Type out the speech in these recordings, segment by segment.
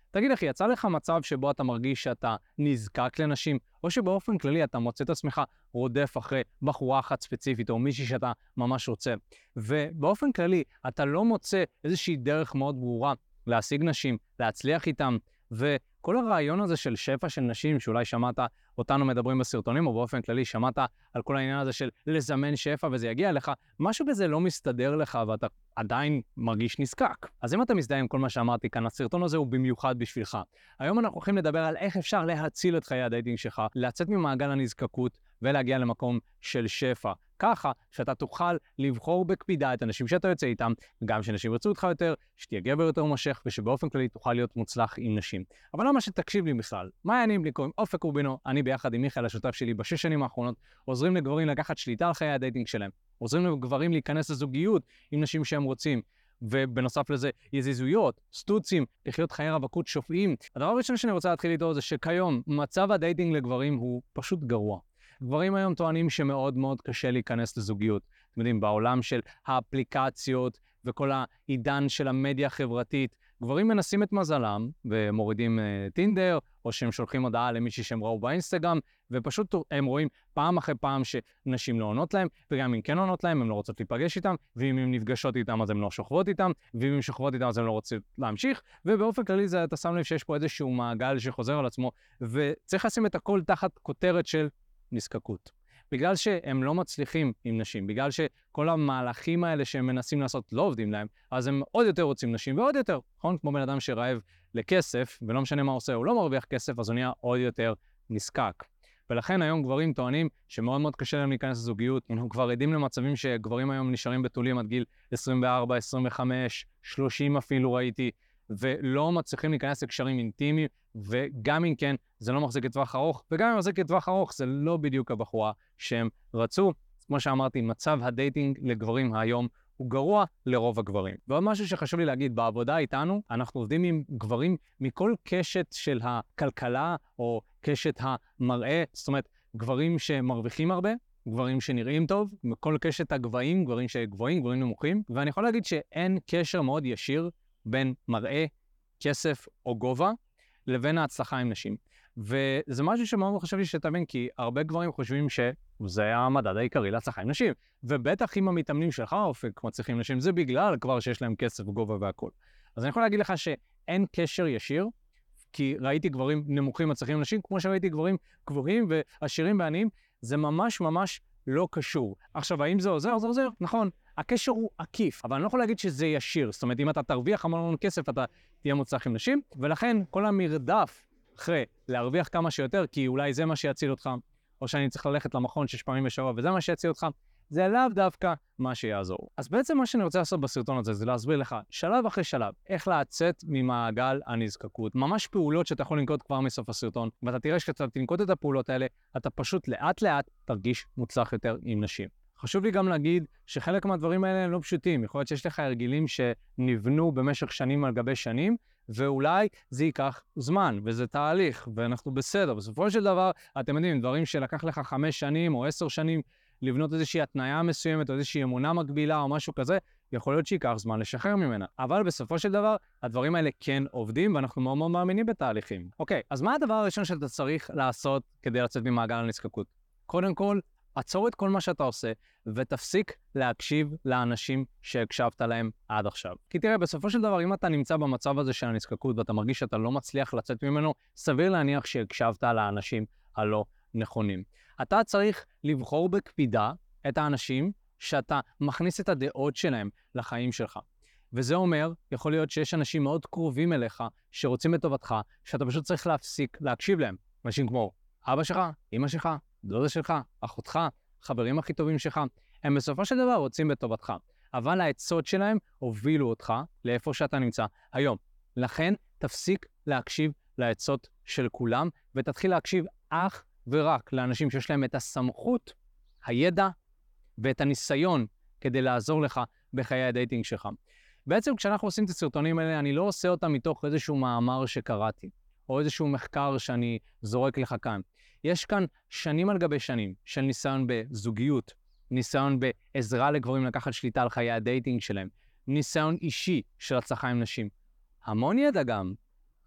תגיד אחי, יצא לך מצב שבו אתה מרגיש שאתה נזקק לנשים, או שבאופן כללי אתה מוצא את עצמך רודף אחרי בחורה אחת ספציפית, או מישהי שאתה ממש רוצה, ובאופן כללי אתה לא מוצא איזושהי דרך מאוד ברורה להשיג נשים, להצליח איתם, וכל הרעיון הזה של שפע של נשים, שאולי שמעת אותנו מדברים בסרטונים, או באופן כללי שמעת על כל העניין הזה של לזמן שפע וזה יגיע לך, משהו בזה לא מסתדר לך ואתה עדיין מרגיש נזקק. אז אם אתה מזדהה עם כל מה שאמרתי כאן, הסרטון הזה הוא במיוחד בשבילך. היום אנחנו הולכים לדבר על איך אפשר להציל את חיי הדייטינג שלך, לצאת ממעגל הנזקקות ולהגיע למקום של שפע. ככה שאתה תוכל לבחור בקפידה את אנשים שאתה יוצא איתם, גם שאנשים ירצו אותך יותר, שתהיה גבר יותר מושך, ושבאופן כללי תוכל להיות מוצלח עם נשים. אבל למה שתקשיב לי בכלל? מה העניינים לי? קוראים אופק רובינו, אני ביחד עם מיכאל, השותף שלי בשש שנים האחרונות, עוזרים לגברים לקחת שליטה על חיי הדייטינג שלהם. עוזרים לגברים להיכנס לזוגיות עם נשים שהם רוצים. ובנוסף לזה, יזיזויות, סטוצים, לחיות חיי רווקות שופעים. הדבר הראשון שאני רוצה להתחיל איתו זה שכיום מצב הדייטינג לגברים הוא פשוט גרוע. גברים היום טוענים שמאוד מאוד קשה להיכנס לזוגיות. אתם יודעים, בעולם של האפליקציות וכל העידן של המדיה החברתית, גברים מנסים את מזלם ומורידים טינדר, או שהם שולחים הודעה למישהי שהם ראו באינסטגרם, ופשוט הם רואים פעם אחרי פעם שנשים לא עונות להם, וגם אם כן עונות להם, הם לא רוצות להיפגש איתם, ואם הן נפגשות איתם אז הן לא שוכבות איתם, ואם הן שוכבות איתם אז הן לא רוצות להמשיך, ובאופן כללי אתה שם לב שיש פה איזשהו מעגל שחוזר על עצמו, וצריך לשים את הכל תחת כותרת של נזקקות. בגלל שהם לא מצליחים עם נשים, בגלל שכל המהלכים האלה שהם מנסים לעשות לא עובדים להם, אז הם עוד יותר רוצים נשים ועוד יותר, נכון? כמו בן אדם שרעב לכסף, ולא משנה מה עושה, הוא לא מרוויח כסף, אז הוא נהיה עוד יותר נזקק. ולכן היום גברים טוענים שמאוד מאוד קשה להם להיכנס לזוגיות. אנחנו כבר עדים למצבים שגברים היום נשארים בתולים עד גיל 24, 25, 30 אפילו ראיתי, ולא מצליחים להיכנס לקשרים אינטימיים, וגם אם כן, זה לא מחזיק לטווח ארוך, וגם אם מחזיק לטווח ארוך, זה לא בדיוק הבחורה שהם רצו. כמו שאמרתי, מצב הדייטינג לגברים היום הוא גרוע לרוב הגברים. ועוד משהו שחשוב לי להגיד, בעבודה איתנו, אנחנו עובדים עם גברים מכל קשת של הכלכלה, או קשת המראה, זאת אומרת, גברים שמרוויחים הרבה, גברים שנראים טוב, מכל קשת הגבהים, גברים שגבוהים, גברים נמוכים, ואני יכול להגיד שאין קשר מאוד ישיר בין מראה, כסף או גובה, לבין ההצלחה עם נשים. וזה משהו שמאוד חשב לי שתבין, כי הרבה גברים חושבים שזה המדד העיקרי להצלחה עם נשים. ובטח אם המתאמנים שלך אופק מצליחים נשים, זה בגלל כבר שיש להם כסף, גובה והכל. אז אני יכול להגיד לך שאין קשר ישיר, כי ראיתי גברים נמוכים מצליחים עם נשים, כמו שראיתי גברים גבוהים ועשירים ועניים, זה ממש ממש לא קשור. עכשיו, האם זה עוזר? זה עוזר, נכון. הקשר הוא עקיף, אבל אני לא יכול להגיד שזה ישיר. זאת אומרת, אם אתה תרוויח המון כסף, אתה תהיה מוצלח עם נשים, ולכן כל המרדף אחרי להרוויח כמה שיותר, כי אולי זה מה שיציל אותך, או שאני צריך ללכת למכון 6 פעמים בשבוע, וזה מה שיציל אותך, זה לאו דווקא מה שיעזור. אז בעצם מה שאני רוצה לעשות בסרטון הזה, זה להסביר לך, שלב אחרי שלב, איך לצאת ממעגל הנזקקות. ממש פעולות שאתה יכול לנקוט כבר מסוף הסרטון, ואתה תראה שאתה תנקוט את הפעולות האלה, אתה פשוט לאט לאט תרגיש מוצלח יותר עם נשים. חשוב לי גם להגיד שחלק מהדברים האלה הם לא פשוטים. יכול להיות שיש לך הרגילים שנבנו במשך שנים על גבי שנים, ואולי זה ייקח זמן, וזה תהליך, ואנחנו בסדר. בסופו של דבר, אתם יודעים, דברים שלקח לך 5 שנים או 10 שנים, לבנות איזושהי התניה מסוימת, או איזושהי אמונה מקבילה, או משהו כזה, יכול להיות שייקח זמן לשחרר ממנה. אבל בסופו של דבר, הדברים האלה כן עובדים, ואנחנו מאוד מאוד מאמינים בתהליכים. אוקיי, אז מה הדבר הראשון שאתה צריך לעשות כדי לצאת ממעגל הנזקקות? קודם כל, עצור את כל מה שאתה עושה, ותפסיק להקשיב לאנשים שהקשבת להם עד עכשיו. כי תראה, בסופו של דבר, אם אתה נמצא במצב הזה של הנזקקות, ואתה מרגיש שאתה לא מצליח לצאת ממנו, סביר להניח שהקשבת לאנשים הלא נכונים. אתה צריך לבחור בקפידה את האנשים שאתה מכניס את הדעות שלהם לחיים שלך. וזה אומר, יכול להיות שיש אנשים מאוד קרובים אליך, שרוצים את טובתך, שאתה פשוט צריך להפסיק להקשיב להם. אנשים כמו אבא שלך, אמא שלך, דודה שלך, אחותך, חברים הכי טובים שלך, הם בסופו של דבר רוצים בטובתך. אבל העצות שלהם הובילו אותך לאיפה שאתה נמצא היום. לכן תפסיק להקשיב לעצות של כולם, ותתחיל להקשיב אך ורק לאנשים שיש להם את הסמכות, הידע ואת הניסיון כדי לעזור לך בחיי הדייטינג שלך. בעצם כשאנחנו עושים את הסרטונים האלה, אני לא עושה אותם מתוך איזשהו מאמר שקראתי, או איזשהו מחקר שאני זורק לך כאן. יש כאן שנים על גבי שנים של ניסיון בזוגיות, ניסיון בעזרה לגברים לקחת שליטה על חיי הדייטינג שלהם, ניסיון אישי של הצלחה עם נשים. המון ידע גם,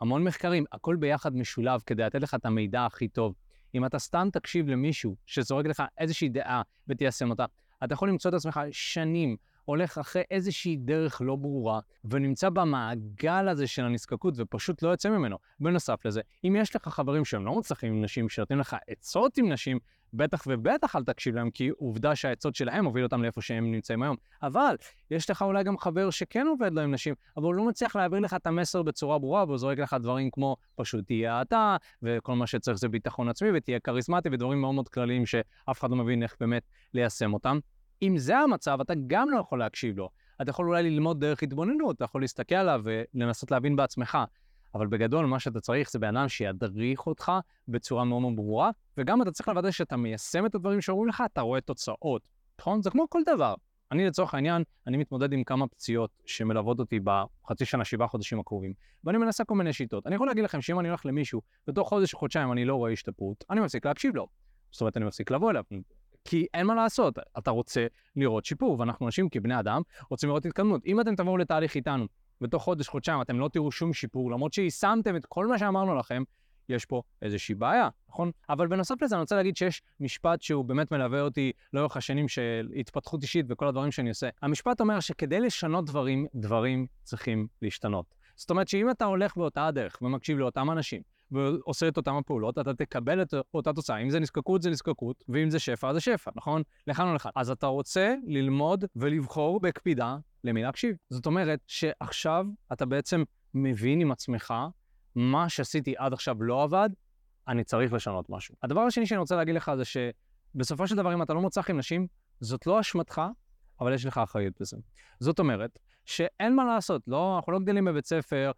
המון מחקרים, הכל ביחד משולב כדי לתת לך את המידע הכי טוב. אם אתה סתם תקשיב למישהו שזורק לך איזושהי דעה ותיישם אותה, אתה יכול למצוא את עצמך שנים, הולך אחרי איזושהי דרך לא ברורה, ונמצא במעגל הזה של הנזקקות ופשוט לא יוצא ממנו. בנוסף לזה, אם יש לך חברים שהם לא מוצלחים עם נשים, שנותנים לך עצות עם נשים, בטח ובטח אל תקשיב להם, כי עובדה שהעצות שלהם הוביל אותם לאיפה שהם נמצאים היום. אבל יש לך אולי גם חבר שכן עובד לו עם נשים, אבל הוא לא מצליח להעביר לך את המסר בצורה ברורה, והוא זורק לך דברים כמו פשוט תהיה אתה, וכל מה שצריך זה ביטחון עצמי, ותהיה כריזמטי, ודברים מאוד מאוד כלליים שאף אחד לא מבין איך באמת ליישם אותם. אם זה המצב, אתה גם לא יכול להקשיב לו. אתה יכול אולי ללמוד דרך התבוננות, אתה יכול להסתכל עליו ולנסות להבין בעצמך. אבל בגדול, מה שאתה צריך זה בן אדם שידריך אותך בצורה מאוד מאוד ברורה, וגם אתה צריך לוודא שאתה מיישם את הדברים שאומרים לך, אתה רואה תוצאות. נכון? זה כמו כל דבר. אני לצורך העניין, אני מתמודד עם כמה פציעות שמלוות אותי בחצי שנה, 7 חודשים הקרובים, ואני מנסה כל מיני שיטות. אני יכול להגיד לכם שאם אני הולך למישהו, בתוך חודש או חודשיים אני לא רואה השתפרות, אני מפסיק להקשיב לו. זאת אומרת, אני מפסיק לבוא אליו. כי אין מה לעשות, אתה רוצה לראות שיפור, ואנחנו אנשים כבני אדם רוצים לראות התקדמות. אם אתם תבואו לתהליך איתנו, בתוך חודש, חודשיים, אתם לא תראו שום שיפור, למרות שיישמתם את כל מה שאמרנו לכם, יש פה איזושהי בעיה, נכון? אבל בנוסף לזה, אני רוצה להגיד שיש משפט שהוא באמת מלווה אותי לאורך השנים של התפתחות אישית וכל הדברים שאני עושה. המשפט אומר שכדי לשנות דברים, דברים צריכים להשתנות. זאת אומרת שאם אתה הולך באותה הדרך ומקשיב לאותם אנשים, ועושה את אותם הפעולות, אתה תקבל את אותה תוצאה. אם זה נזקקות, זה נזקקות, ואם זה שפע, זה שפע, נכון? לכאן או לכאן. אז אתה רוצה ללמוד ולבחור בקפידה למי להקשיב. זאת אומרת שעכשיו אתה בעצם מבין עם עצמך מה שעשיתי עד עכשיו לא עבד, אני צריך לשנות משהו. הדבר השני שאני רוצה להגיד לך זה שבסופו של דבר, אם אתה לא מוצלח עם נשים, זאת לא אשמתך, אבל יש לך אחריות בזה. זאת אומרת שאין מה לעשות, לא, אנחנו לא גדלים בבית ספר,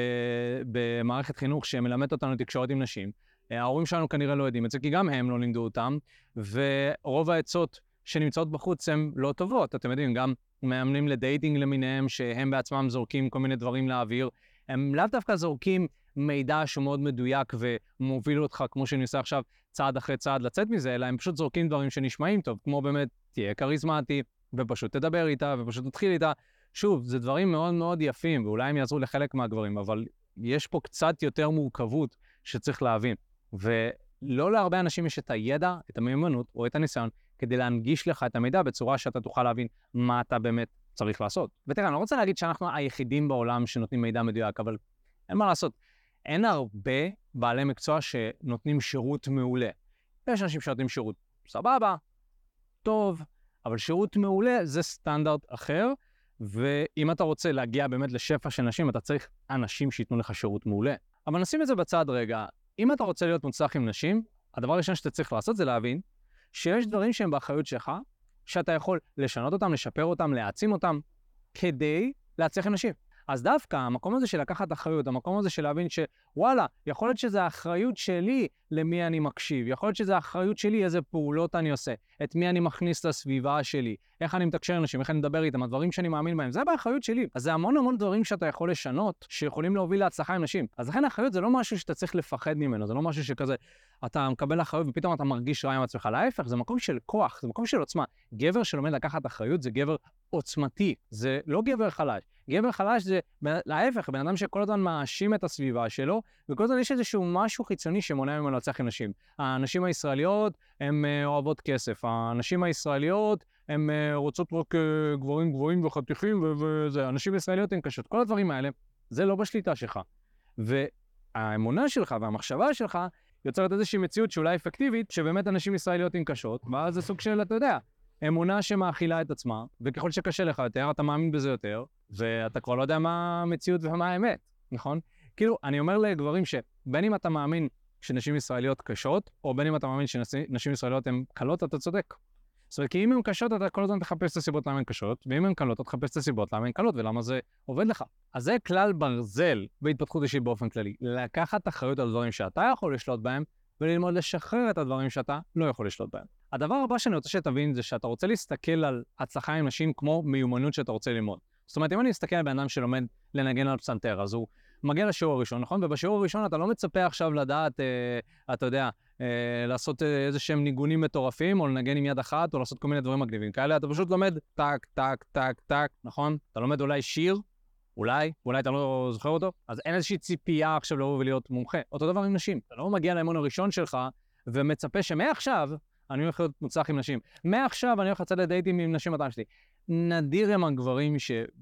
במערכת חינוך שמלמד אותנו תקשורת עם נשים. ההורים שלנו כנראה לא יודעים את זה, כי גם הם לא לימדו אותם, ורוב העצות שנמצאות בחוץ הן לא טובות. אתם יודעים, גם מאמנים לדייטינג למיניהם, שהם בעצמם זורקים כל מיני דברים לאוויר, הם לאו דווקא זורקים מידע שהוא מאוד מדויק ומוביל אותך, כמו שאני עושה עכשיו, צעד אחרי צעד לצאת מזה, אלא הם פשוט זורקים דברים שנשמעים טוב, כמו באמת, תהיה כריזמטי, ופשוט תדבר איתה, ופשוט תתחיל איתה. שוב, זה דברים מאוד מאוד יפים, ואולי הם יעזרו לחלק מהגברים, אבל יש פה קצת יותר מורכבות שצריך להבין. ולא להרבה אנשים יש את הידע, את המיומנות או את הניסיון, כדי להנגיש לך את המידע בצורה שאתה תוכל להבין מה אתה באמת צריך לעשות. ותראה, אני לא רוצה להגיד שאנחנו היחידים בעולם שנותנים מידע מדויק, אבל אין מה לעשות. אין הרבה בעלי מקצוע שנותנים שירות מעולה. יש אנשים שנותנים שירות סבבה, טוב, אבל שירות מעולה זה סטנדרט אחר, ואם אתה רוצה להגיע באמת לשפע של נשים, אתה צריך אנשים שיתנו לך שירות מעולה. אבל נשים את זה בצד רגע. אם אתה רוצה להיות מוצלח עם נשים, הדבר הראשון שאתה צריך לעשות זה להבין שיש דברים שהם באחריות שלך, שאתה יכול לשנות אותם, לשפר אותם, להעצים אותם, כדי להצליח עם נשים. אז דווקא המקום הזה של לקחת אחריות, המקום הזה של להבין שוואלה, יכול להיות שזה האחריות שלי למי אני מקשיב, יכול להיות שזה האחריות שלי איזה פעולות אני עושה, את מי אני מכניס לסביבה שלי, איך אני מתקשר עם אנשים, איך אני מדבר איתם, הדברים שאני מאמין בהם, זה באחריות שלי. אז זה המון המון דברים שאתה יכול לשנות, שיכולים להוביל להצלחה עם נשים. אז לכן האחריות זה לא משהו שאתה צריך לפחד ממנו, זה לא משהו שכזה, אתה מקבל אחריות ופתאום אתה מרגיש רע עם עצמך. להפך, זה מקום של כוח, זה מקום של עוצמה. גבר שלומד לקחת אחריות זה גבר עוצמתי, זה לא גבר חלש. גבר חלש זה, להפך, בן אדם שכל הזמן מאשים את הסביבה שלו, וכל הזמן יש איזשהו משהו חיצוני שמונע ממנו להצליח עם נשים. הנשים הישראליות הן אוהבות כסף, הנשים הישראליות הן רוצות רק גברים גבוהים וחתיכים וזה, הנשים הישראליות הן קשות. כל הדברים האלה, זה לא בשליטה שלך. והאמונה שלך והמחשבה שלך יוצרת איזושהי מציאות שאולי אפקטיבית, שבאמת הנשים ישראליות הן קשות, ואז זה סוג של, אתה יודע, אמונה שמאכילה את עצמה, וככל שקשה לך יותר, אתה מאמין בזה יותר, ואתה כבר לא יודע מה המציאות ומה האמת, נכון? כאילו, אני אומר לגברים שבין אם אתה מאמין שנשים ישראליות קשות, או בין אם אתה מאמין שנשים ישראליות הן קלות, אתה צודק. זאת אומרת, כי אם הן קשות, אתה כל הזמן תחפש את הסיבות למה הן קשות, ואם הן קלות, אתה תחפש את הסיבות למה הן קלות, ולמה זה עובד לך. אז זה כלל ברזל בהתפתחות אישית באופן כללי. לקחת אחריות על דברים שאתה יכול לשלוט בהם, וללמוד לשחרר את הדברים שאתה לא יכול לשלוט בהם. הדבר הבא שאני רוצה שתבין זה שאתה רוצה להסתכל על הצלחה עם נשים כמו מיומנות שאתה רוצה ללמוד. זאת אומרת, אם אני אסתכל על בן אדם שלומד לנגן על פסנתר, אז הוא מגיע לשיעור הראשון, נכון? ובשיעור הראשון אתה לא מצפה עכשיו לדעת, אתה יודע, לעשות איזה שהם ניגונים מטורפים, או לנגן עם יד אחת, או לעשות כל מיני דברים מגניבים כאלה. אתה פשוט לומד טק, טק, טק, טק, נכון? אתה לומד אולי שיר, אולי אתה לא זוכר אותו, אז אין איזושהי ציפייה עכשיו לבוא ולהיות מומחה. אותו דבר עם נשים. אתה לא מגיע לאימון הראשון שלך ומצפה שמעכשיו אני הולך להיות מוצלח עם נשים. מעכשיו אני הולך לצאת לדייטים עם נשים מטעם שלי. נדיר הם הגברים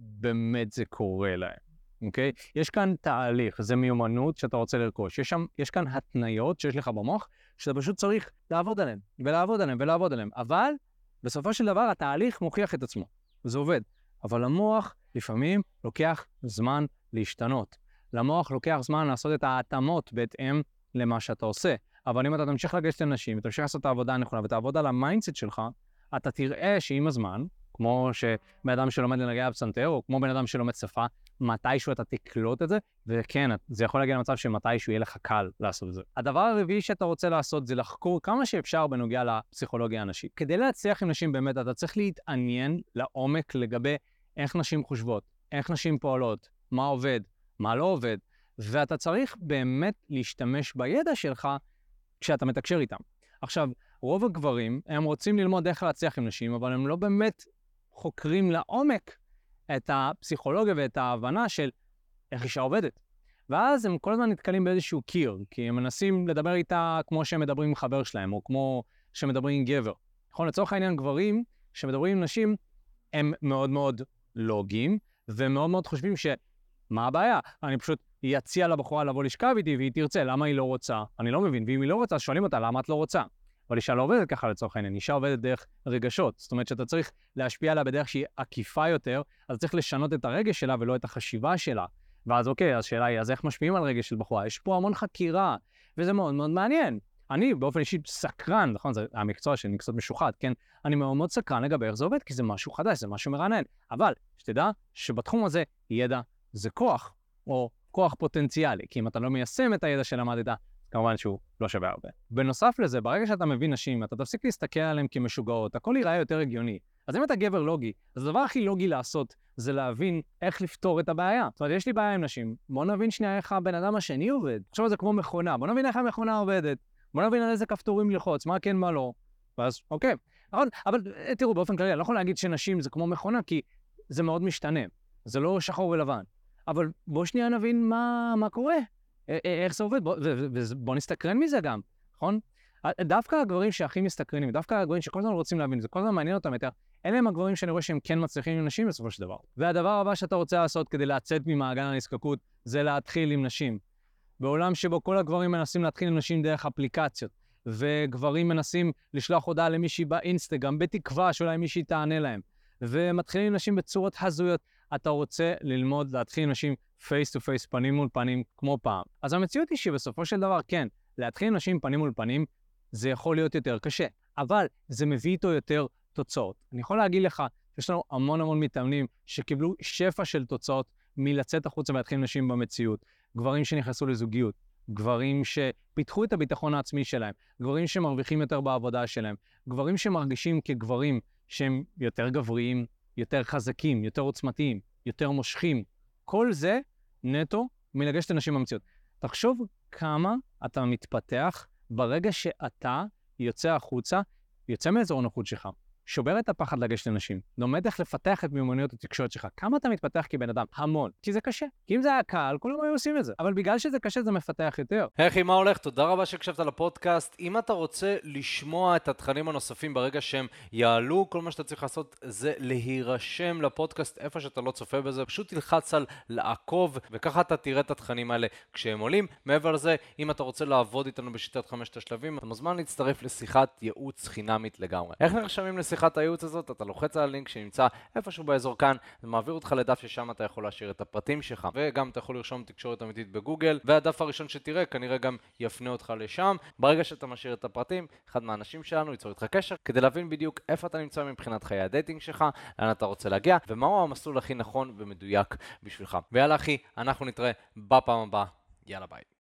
שבאמת זה קורה להם, אוקיי? יש כאן תהליך, זה מיומנות שאתה רוצה לרכוש. יש כאן התניות שיש לך במוח, שאתה פשוט צריך לעבוד עליהן, ולעבוד עליהן, ולעבוד עליהן. אבל בסופו של דבר התהליך מוכיח את עצמו, וזה עובד. אבל המוח לפעמים לוקח זמן להשתנות. למוח לוקח זמן לעשות את ההתאמות בהתאם למה שאתה עושה. אבל אם אתה תמשיך לגשת לנשים, ותמשיך לעשות את העבודה הנכונה, ותעבוד על המיינדסט שלך, אתה תראה שעם הזמן, כמו שבן אדם שלומד לנגן בפסנתר, או כמו בן אדם שלומד שפה, מתישהו אתה תקלוט את זה, וכן, זה יכול להגיע למצב שמתישהו יהיה לך קל לעשות את זה. הדבר הרביעי שאתה רוצה לעשות זה לחקור כמה שאפשר בנוגע לפסיכולוגיה הנשית. כדי להצליח עם נשים באמת, אתה צריך להתעניין לעומק לגבי איך נשים חושבות, איך נשים פועלות, מה עובד, מה לא עובד, ואתה צריך באמת להשתמש בידע שלך כשאתה מתקשר איתם. עכשיו, רוב הגברים, הם רוצים ללמוד איך להצליח עם נשים, אבל הם לא באמת חוקרים לעומק את הפסיכולוגיה ואת ההבנה של איך אישה עובדת. ואז הם כל הזמן נתקלים באיזשהו קיר, כי הם מנסים לדבר איתה כמו שהם מדברים עם חבר שלהם, או כמו שמדברים עם גבר. נכון, לצורך העניין, גברים שמדברים עם נשים, הם מאוד מאוד לוגיים, ומאוד מאוד חושבים מה הבעיה? אני פשוט יציע לבחורה לבוא לשכב איתי, והיא תרצה, למה היא לא רוצה? אני לא מבין, ואם היא לא רוצה, שואלים אותה, למה את לא רוצה? אבל אישה לא עובדת ככה לצורך העניין, אישה עובדת דרך רגשות. זאת אומרת שאתה צריך להשפיע עליה בדרך שהיא עקיפה יותר, אז צריך לשנות את הרגש שלה ולא את החשיבה שלה. ואז אוקיי, אז שאלה היא, אז איך משפיעים על רגש של בחורה? יש פה המון חקירה, וזה מאוד מאוד מעניין. אני באופן אישי סקרן, נכון, זה המקצוע שלי, מקצוע משוחד, כן? אני מאוד מאוד סקרן לגבי איך זה עובד, כי זה משהו חדש, זה משהו מרענן. אבל שתדע שבתחום הזה ידע זה כוח, או כוח פוטנציאלי, כי אם אתה לא מיישם את הידע שלמדת, כמובן שהוא לא שווה הרבה. בנוסף לזה, ברגע שאתה מבין נשים, אתה תפסיק להסתכל עליהן כמשוגעות, הכל ייראה יותר הגיוני. אז אם אתה גבר לוגי, אז הדבר הכי לוגי לעשות זה להבין איך לפתור את הבעיה. זאת אומרת, יש לי בעיה עם נשים, בוא נבין שנייה איך הבן אדם השני עובד. עכשיו זה כמו מכונה, בוא נבין איך המכונה עובדת, בוא נבין על איזה כפתורים ללחוץ, מה כן, מה לא. ואז, אוקיי. אבל תראו, באופן כללי, אני לא יכול להגיד שנשים זה כמו מכונה, כי זה מאוד משתנה. זה לא שחור ולבן. אבל בוא שנייה נבין מה קורה. איך זה עובד? בוא נסתקרן מזה גם, נכון? דווקא הגברים שהכי מסתקרנים, דווקא הגברים שכל הזמן רוצים להבין, זה כל הזמן מעניין אותם יותר, אלה הם הגברים שאני רואה שהם כן מצליחים עם נשים בסופו של דבר. והדבר הבא שאתה רוצה לעשות כדי לצאת ממעגל הנזקקות, זה להתחיל עם נשים. בעולם שבו כל הגברים מנסים להתחיל עם נשים דרך אפליקציות, וגברים מנסים לשלוח הודעה למישהי באינסטגרם, בתקווה שאולי מישהי תענה להם, ומתחילים עם נשים בצורות הזויות, אתה רוצה ללמוד להתחיל עם נשים פייס טו פייס, פנים מול פנים, כמו פעם. אז המציאות היא שבסופו של דבר, כן, להתחיל עם נשים פנים מול פנים, זה יכול להיות יותר קשה, אבל זה מביא איתו יותר תוצאות. אני יכול להגיד לך, יש לנו המון מתאמנים שקיבלו שפע של תוצאות מלצאת החוצה ולהתחיל עם נשים במציאות. גברים שנכנסו לזוגיות, גברים שפיתחו את הביטחון העצמי שלהם, גברים שמרוויחים יותר בעבודה שלהם, גברים שמרגישים כגברים שהם יותר גבריים, יותר חזקים, יותר עוצמתיים, יותר מושכים. כל זה נטו מלגשת לנשים במציאות. תחשוב כמה אתה מתפתח ברגע שאתה יוצא החוצה, יוצא מאזור הנוחות שלך, שובר את הפחד לגשת לנשים, לומד איך לפתח את מיומנויות התקשורת שלך. כמה אתה מתפתח כבן אדם? המון. כי זה קשה. כי אם זה היה קל, כולם היו עושים את זה. אבל בגלל שזה קשה, זה מפתח יותר. אחי, מה הולך? תודה רבה שהקשבת לפודקאסט. אם אתה רוצה לשמוע את התכנים הנוספים ברגע שהם יעלו, כל מה שאתה צריך לעשות זה להירשם לפודקאסט איפה שאתה לא צופה בזה. פשוט תלחץ על לעקוב, וככה אתה תראה את התכנים האלה כשהם עולים. מעבר לזה, אם אתה רוצה לעבוד איתנו בשיטת 5 השלבים, אתה מוזמן להצטרף לשיחת ייעוץ חינמית לגמרי. איך נרשמים לשיחת הייעוץ הזאת? אתה לוחץ על הלינק שנמצא איפשהו באזור כאן, זה מעביר אותך לדף ששם אתה יכול להשאיר את הפרטים שלך, וגם אתה יכול לרשום תקשורת אמיתית בגוגל, והדף הראשון שתראה כנראה גם יפנה אותך לשם. ברגע שאתה משאיר את הפרטים, אחד מהאנשים שלנו ייצור איתך קשר, כדי להבין בדיוק איפה אתה נמצא מבחינת חיי הדייטינג שלך, לאן אתה רוצה להגיע, ומהו המסלול הכי נכון ומדויק בשבילך. ויאללה אחי, אנחנו נתראה בפעם הבאה. יאללה ביי.